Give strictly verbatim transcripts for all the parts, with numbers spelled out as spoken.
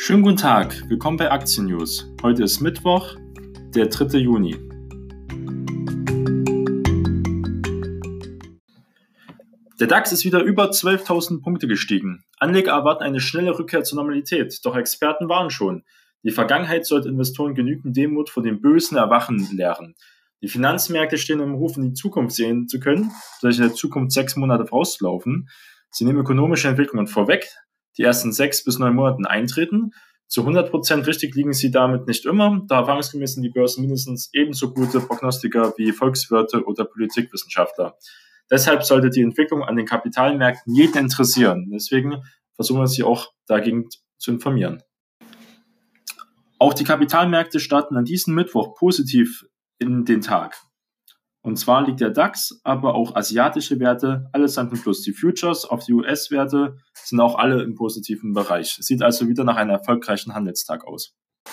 Schönen guten Tag, willkommen bei Aktien News. Heute ist Mittwoch, der dritte Juni. Der DAX ist wieder über zwölftausend Punkte gestiegen. Anleger erwarten eine schnelle Rückkehr zur Normalität, doch Experten warnen schon. Die Vergangenheit sollte Investoren genügend Demut vor dem bösen Erwachen lehren. Die Finanzmärkte stehen im Ruf, in die Zukunft sehen zu können, durch in der Zukunft sechs Monate vorauslaufen. Sie nehmen ökonomische Entwicklungen vorweg, die erst in sechs bis neun Monaten eintreten. Zu hundert Prozent richtig liegen sie damit nicht immer, da erfahrungsgemäß sind die Börsen mindestens ebenso gute Prognostiker wie Volkswirte oder Politikwissenschaftler. Deshalb sollte die Entwicklung an den Kapitalmärkten jeden interessieren. Deswegen versuchen wir Sie auch dagegen zu informieren. Auch die Kapitalmärkte starten an diesem Mittwoch positiv in den Tag. Und zwar liegt der DAX, aber auch asiatische Werte allesamt im Plus. Die Futures auf die U S-Werte sind auch alle im positiven Bereich. Sieht also wieder nach einem erfolgreichen Handelstag aus.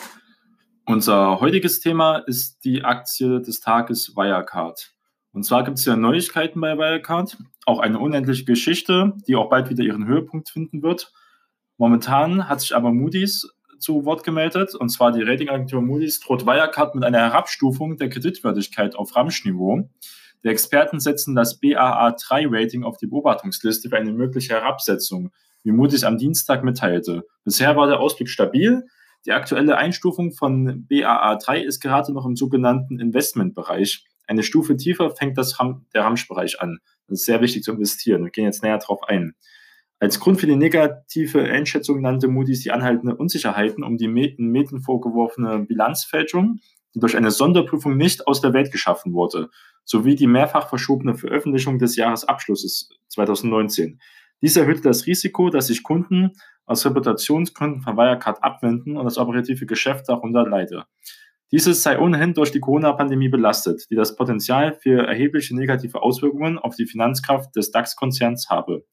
Unser heutiges Thema ist die Aktie des Tages Wirecard. Und zwar gibt es ja Neuigkeiten bei Wirecard, auch eine unendliche Geschichte, die auch bald wieder ihren Höhepunkt finden wird. Momentan hat sich aber Moody's zu Wort gemeldet, und zwar die Ratingagentur Moody's droht Wirecard mit einer Herabstufung der Kreditwürdigkeit auf Ramschniveau. Die Experten setzen das B A A drei Rating auf die Beobachtungsliste für eine mögliche Herabsetzung, wie Moody's am Dienstag mitteilte. Bisher war der Ausblick stabil. Die aktuelle Einstufung von B A A drei ist gerade noch im sogenannten Investmentbereich. Eine Stufe tiefer fängt das Ram- der Ramsch-Bereich an. Das ist sehr wichtig zu investieren. Wir gehen jetzt näher darauf ein. Als Grund für die negative Einschätzung nannte Moody's die anhaltende Unsicherheiten um die in Medien vorgeworfene Bilanzfälschung, die durch eine Sonderprüfung nicht aus der Welt geschaffen wurde, sowie die mehrfach verschobene Veröffentlichung des Jahresabschlusses zwanzig neunzehn. Dies erhöhte das Risiko, dass sich Kunden aus Reputationsgründen von Wirecard abwenden und das operative Geschäft darunter leide. Dieses sei ohnehin durch die Corona-Pandemie belastet, die das Potenzial für erhebliche negative Auswirkungen auf die Finanzkraft des DAX-Konzerns habe.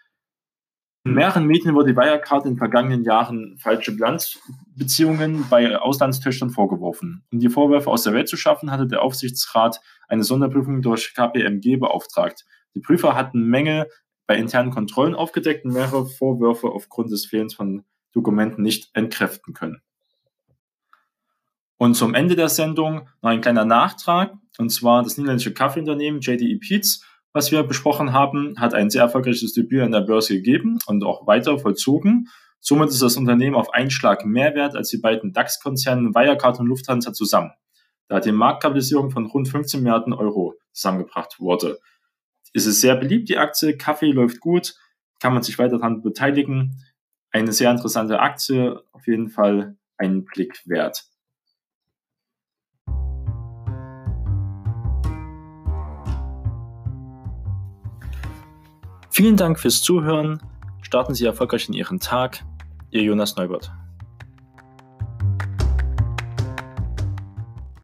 In mehreren Medien wurde Wirecard in den vergangenen Jahren falsche Bilanzbeziehungen bei Auslandstöchtern vorgeworfen. Um die Vorwürfe aus der Welt zu schaffen, hatte der Aufsichtsrat eine Sonderprüfung durch K P M G beauftragt. Die Prüfer hatten Mängel bei internen Kontrollen aufgedeckt und mehrere Vorwürfe aufgrund des Fehlens von Dokumenten nicht entkräften können. Und zum Ende der Sendung noch ein kleiner Nachtrag, und zwar das niederländische Kaffeeunternehmen J D E Peet's, was wir besprochen haben, hat ein sehr erfolgreiches Debüt an der Börse gegeben und auch weiter vollzogen. Somit ist das Unternehmen auf einen Schlag mehr wert als die beiden DAX-Konzerne Wirecard und Lufthansa zusammen, da die Marktkapitalisierung von rund fünfzehn Milliarden Euro zusammengebracht wurde. Es ist sehr beliebt, die Aktie, Kaffee läuft gut, kann man sich weiter daran beteiligen. Eine sehr interessante Aktie, auf jeden Fall einen Blick wert. Vielen Dank fürs Zuhören. Starten Sie erfolgreich in Ihren Tag. Ihr Jonas Neubert.